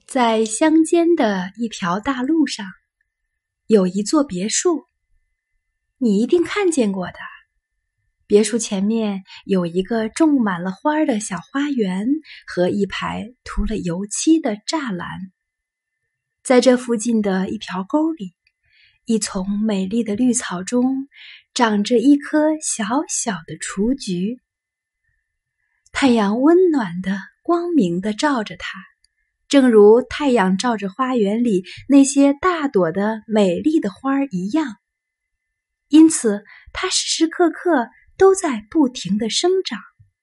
在乡间的一条大路上，有一座别墅，你一定看见过的。别墅前面有一个种满了花的小花园和一排涂了油漆的栅栏。在这附近的一条沟里，一丛美丽的绿草中长着一棵小小的雏菊。太阳温暖的、光明的照着它，正如太阳照着花园里那些大朵的美丽的花一样。因此，它时时刻刻都在不停地生长。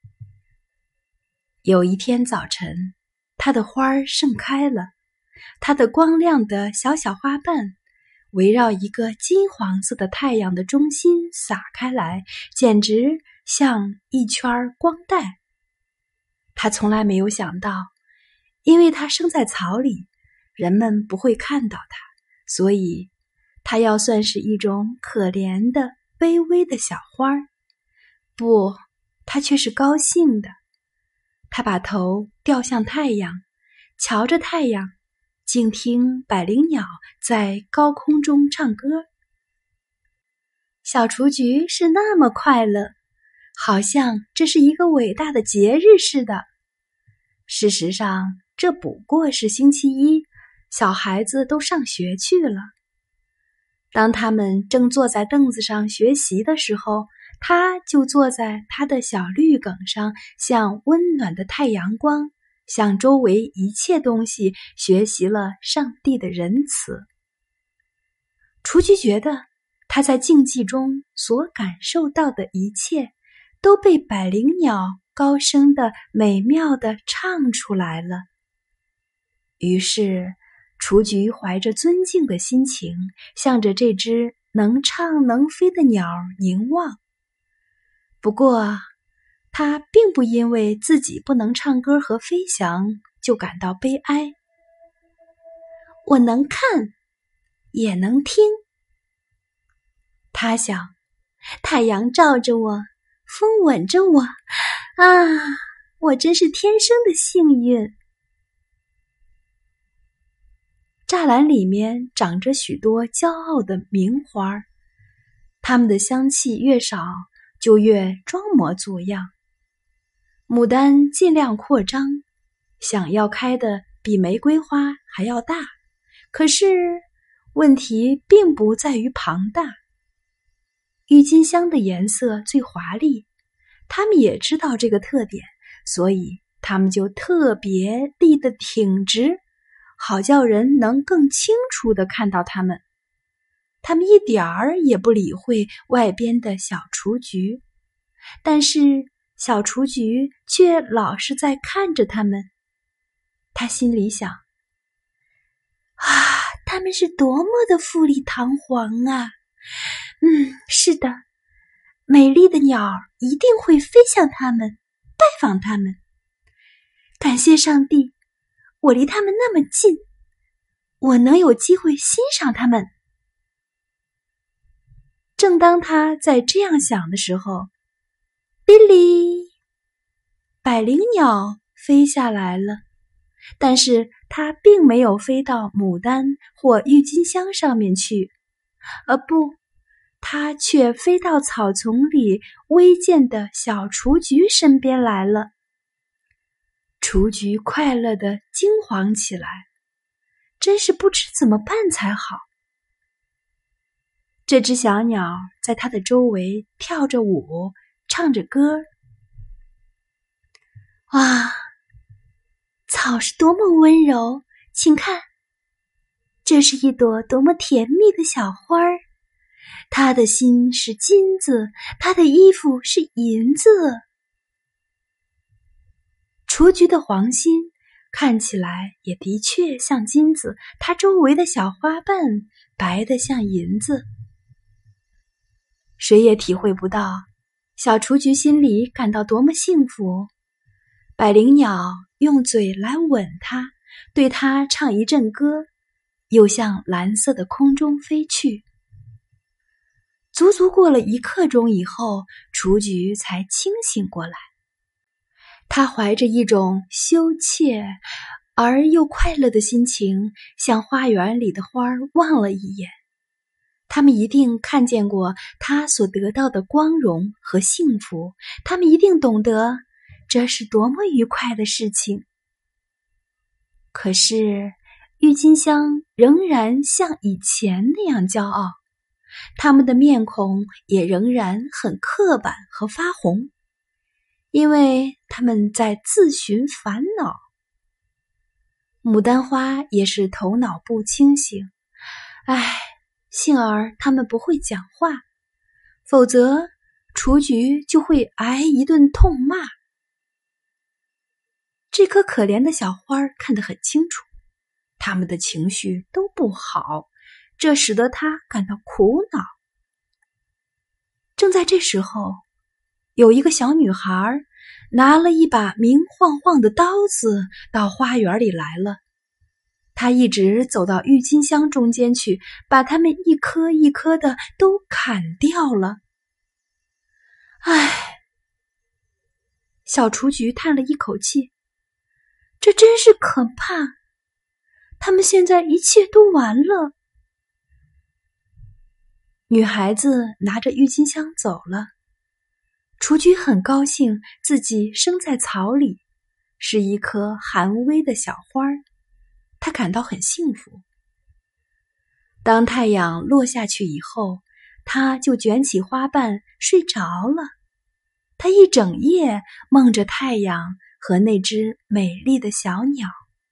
有一天早晨，它的花盛开了，它的光亮的小小花瓣围绕一个金黄色的太阳的中心洒开来，简直像一圈光带。他从来没有想到，因为它生在草里，人们不会看到它，所以它要算是一种可怜的、卑微的小花。不，它却是高兴的。它把头掉向太阳，瞧着太阳，静听百灵鸟在高空中唱歌。小雏菊是那么快乐，好像这是一个伟大的节日似的。事实上，这不过是星期一，小孩子都上学去了。当他们正坐在凳子上学习的时候，他就坐在他的小绿梗上，向温暖的太阳光，向周围一切东西学习了上帝的仁慈。雏菊觉得他在竞技中所感受到的一切都被百灵鸟高声的美妙地唱出来了。于是雏菊怀着尊敬的心情，向着这只能唱能飞的鸟凝望。不过他并不因为自己不能唱歌和飞翔就感到悲哀。我能看，也能听。他想，太阳照着我，风吻着我，我真是天生的幸运。栅栏里面长着许多骄傲的名花，它们的香气越少，就越装模作样。牡丹尽量扩张，想要开的比玫瑰花还要大，可是问题并不在于庞大。郁金香的颜色最华丽，他们也知道这个特点，所以他们就特别立得挺直，好叫人能更清楚地看到它们。他们一点儿也不理会外边的小雏菊，但是小雏菊却老是在看着他们。他心里想，他们是多么的富丽堂皇啊！是的，美丽的鸟一定会飞向它们，拜访它们。感谢上帝，我离它们那么近，我能有机会欣赏它们。正当他在这样想的时候，哔哩，百灵鸟飞下来了，但是它并没有飞到牡丹或郁金香上面去，不，它却飞到草丛里微贱的小雏菊身边来了。雏菊快乐地惊惶起来，真是不知怎么办才好。这只小鸟在它的周围跳着舞，唱着歌。草是多么温柔，请看，这是一朵多么甜蜜的小花儿。它的心是金子，它的衣服是银子。雏菊的黄心看起来也的确像金子，它周围的小花瓣白得像银子。谁也体会不到小雏菊心里感到多么幸福。百灵鸟用嘴来吻它，对它唱一阵歌，又向蓝色的空中飞去。足足过了1刻钟以后，雏菊才清醒过来。它怀着一种羞怯而又快乐的心情向花园里的花儿望了一眼。他们一定看见过他所得到的光荣和幸福，他们一定懂得这是多么愉快的事情。可是郁金香仍然像以前那样骄傲，他们的面孔也仍然很刻板和发红，因为他们在自寻烦恼。牡丹花也是头脑不清醒，幸而他们不会讲话，否则雏菊就会挨一顿痛骂。这颗可怜的小花看得很清楚，他们的情绪都不好，这使得他感到苦恼。正在这时候，有一个小女孩拿了一把明晃晃的刀子到花园里来了。她一直走到郁金香中间去，把它们一颗一颗的都砍掉了。小雏菊叹了一口气，这真是可怕，他们现在一切都完了。女孩子拿着郁金香走了，雏菊很高兴自己生在草里，是一颗寒微的小花，她感到很幸福。当太阳落下去以后，她就卷起花瓣睡着了。她一整夜梦着太阳和那只美丽的小鸟。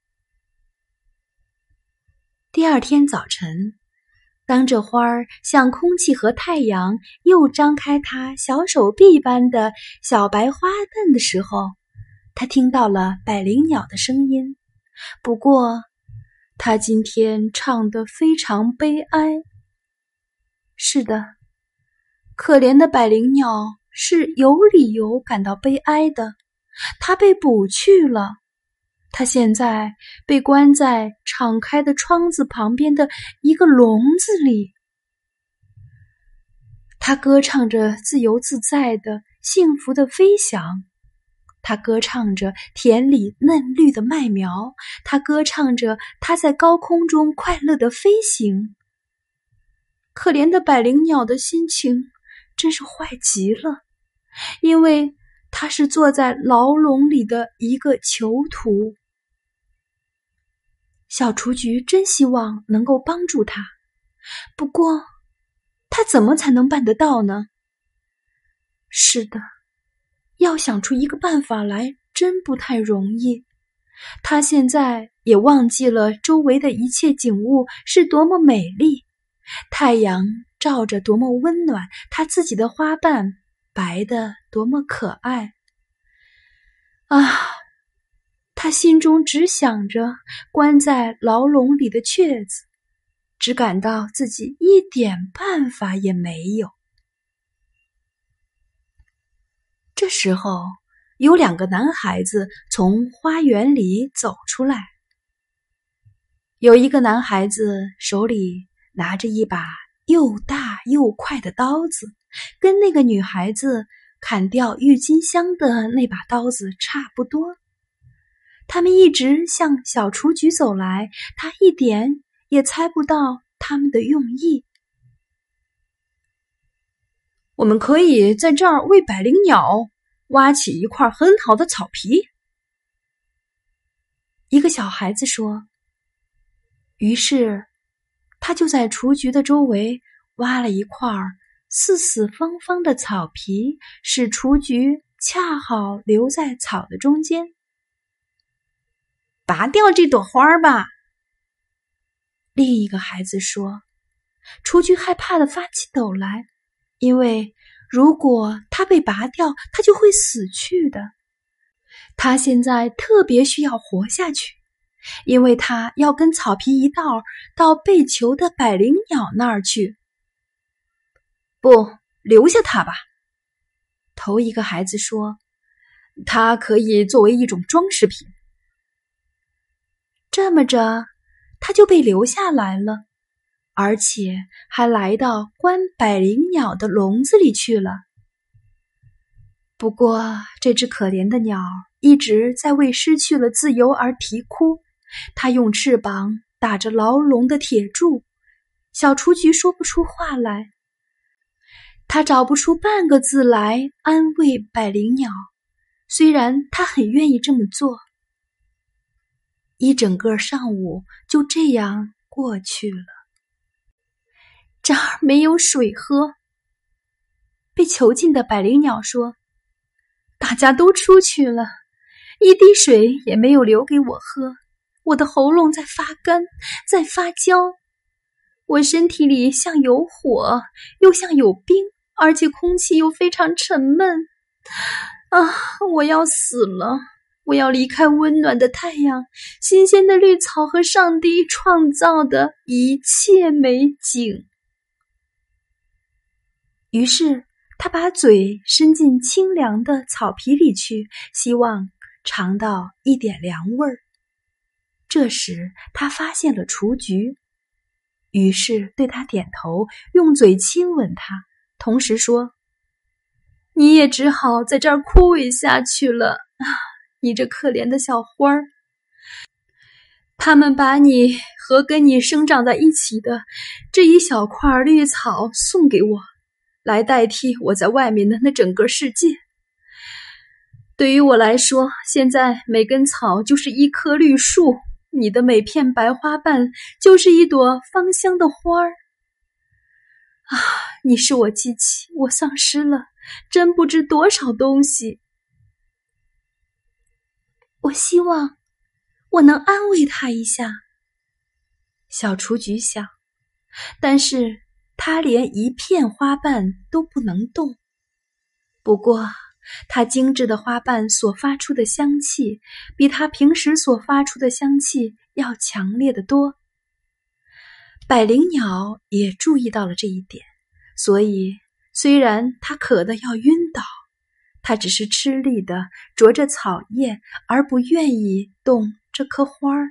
第二天早晨，当这花儿向空气和太阳又张开它小手臂般的小白花瓣的时候，他听到了百灵鸟的声音。不过，他今天唱得非常悲哀。是的，可怜的百灵鸟是有理由感到悲哀的，它被捕去了。它现在被关在敞开的窗子旁边的一个笼子里。它歌唱着自由自在的、幸福的飞翔。它歌唱着田里嫩绿的麦苗，它歌唱着它在高空中快乐的飞行。可怜的百灵鸟的心情真是坏极了，因为它是坐在牢笼里的一个囚徒。小雏菊真希望能够帮助他，不过他怎么才能办得到呢？是的，要想出一个办法来真不太容易。他现在也忘记了周围的一切景物是多么美丽，太阳照着多么温暖，他自己的花瓣白得多么可爱。他心中只想着关在牢笼里的雀子，只感到自己一点办法也没有。这时候，有两个男孩子从花园里走出来。有一个男孩子手里拿着一把又大又快的刀子，跟那个女孩子砍掉郁金香的那把刀子差不多。他们一直向小雏菊走来，他一点也猜不到他们的用意。我们可以在这儿为百灵鸟挖起一块很好的草皮，一个小孩子说。于是他就在雏菊的周围挖了一块四四方方的草皮，使雏菊恰好留在草的中间。拔掉这朵花吧，另一个孩子说。雏菊害怕地发起抖来，因为如果它被拔掉，它就会死去的。它现在特别需要活下去，因为它要跟草皮一道到被囚的百灵鸟那儿去。不，留下它吧，头一个孩子说，它可以作为一种装饰品。这么着，它就被留下来了，而且还来到关百灵鸟的笼子里去了。不过，这只可怜的鸟一直在为失去了自由而啼哭， 它用翅膀打着牢笼的铁柱，小雏菊说不出话来，它找不出半个字来安慰百灵鸟，虽然它很愿意这么做。一整个上午就这样过去了。这儿没有水喝。被囚禁的百灵鸟说，大家都出去了，一滴水也没有留给我喝，我的喉咙在发干，在发焦，我身体里像有火，又像有冰，而且空气又非常沉闷。我要死了，我要离开温暖的太阳，新鲜的绿草和上帝创造的一切美景。于是他把嘴伸进清凉的草皮里去，希望尝到一点凉味儿。这时他发现了雏菊，于是对他点头，用嘴亲吻他，同时说，你也只好在这儿枯萎下去了，你这可怜的小花儿。他们把你和跟你生长在一起的这一小块绿草送给我，来代替我在外面的那整个世界。对于我来说，现在每根草就是一棵绿树，你的每片白花瓣就是一朵芳香的花儿。你使我记起我丧失了真不知多少东西。我希望我能安慰他一下，小雏菊想，但是他连一片花瓣都不能动。不过它精致的花瓣所发出的香气比它平时所发出的香气要强烈得多。百灵鸟也注意到了这一点，所以虽然它渴得要晕倒，它只是吃力地啄着草叶，而不愿意动这棵花儿。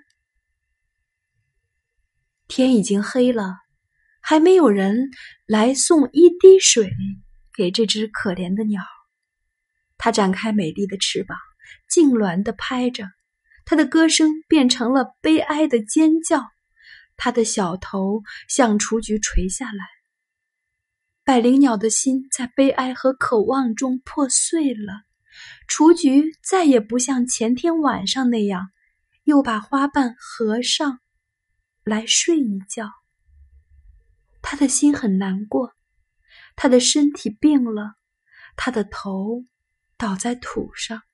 天已经黑了，还没有人来送一滴水给这只可怜的鸟。它展开美丽的翅膀，痉挛地拍着，它的歌声变成了悲哀的尖叫，它的小头向雏菊垂下来。百灵鸟的心在悲哀和渴望中破碎了，雏菊再也不像前天晚上那样，又把花瓣合上来睡一觉。他的心很难过，他的身体病了，他的头倒在土上。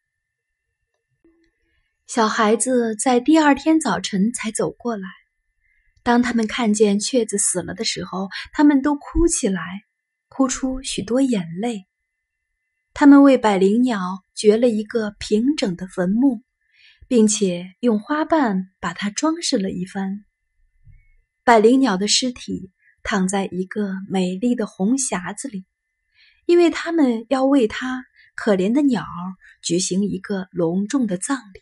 小孩子在第二天早晨才走过来，当他们看见雀子死了的时候，他们都哭起来，哭出许多眼泪。他们为百灵鸟掘了一个平整的坟墓，并且用花瓣把它装饰了一番。百灵鸟的尸体躺在一个美丽的红匣子里，因为他们要为它可怜的鸟举行一个隆重的葬礼。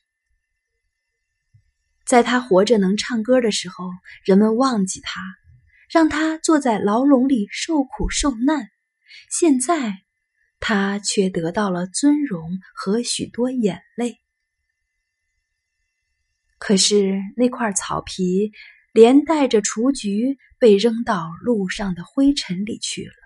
在他活着能唱歌的时候，人们忘记他，让他坐在牢笼里受苦受难。现在他却得到了尊荣和许多眼泪。可是那块草皮连带着雏菊被扔到路上的灰尘里去了。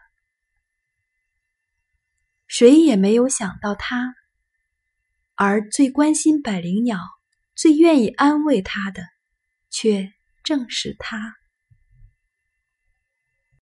谁也没有想到他，而最关心百灵鸟，最愿意安慰他的，却正是他。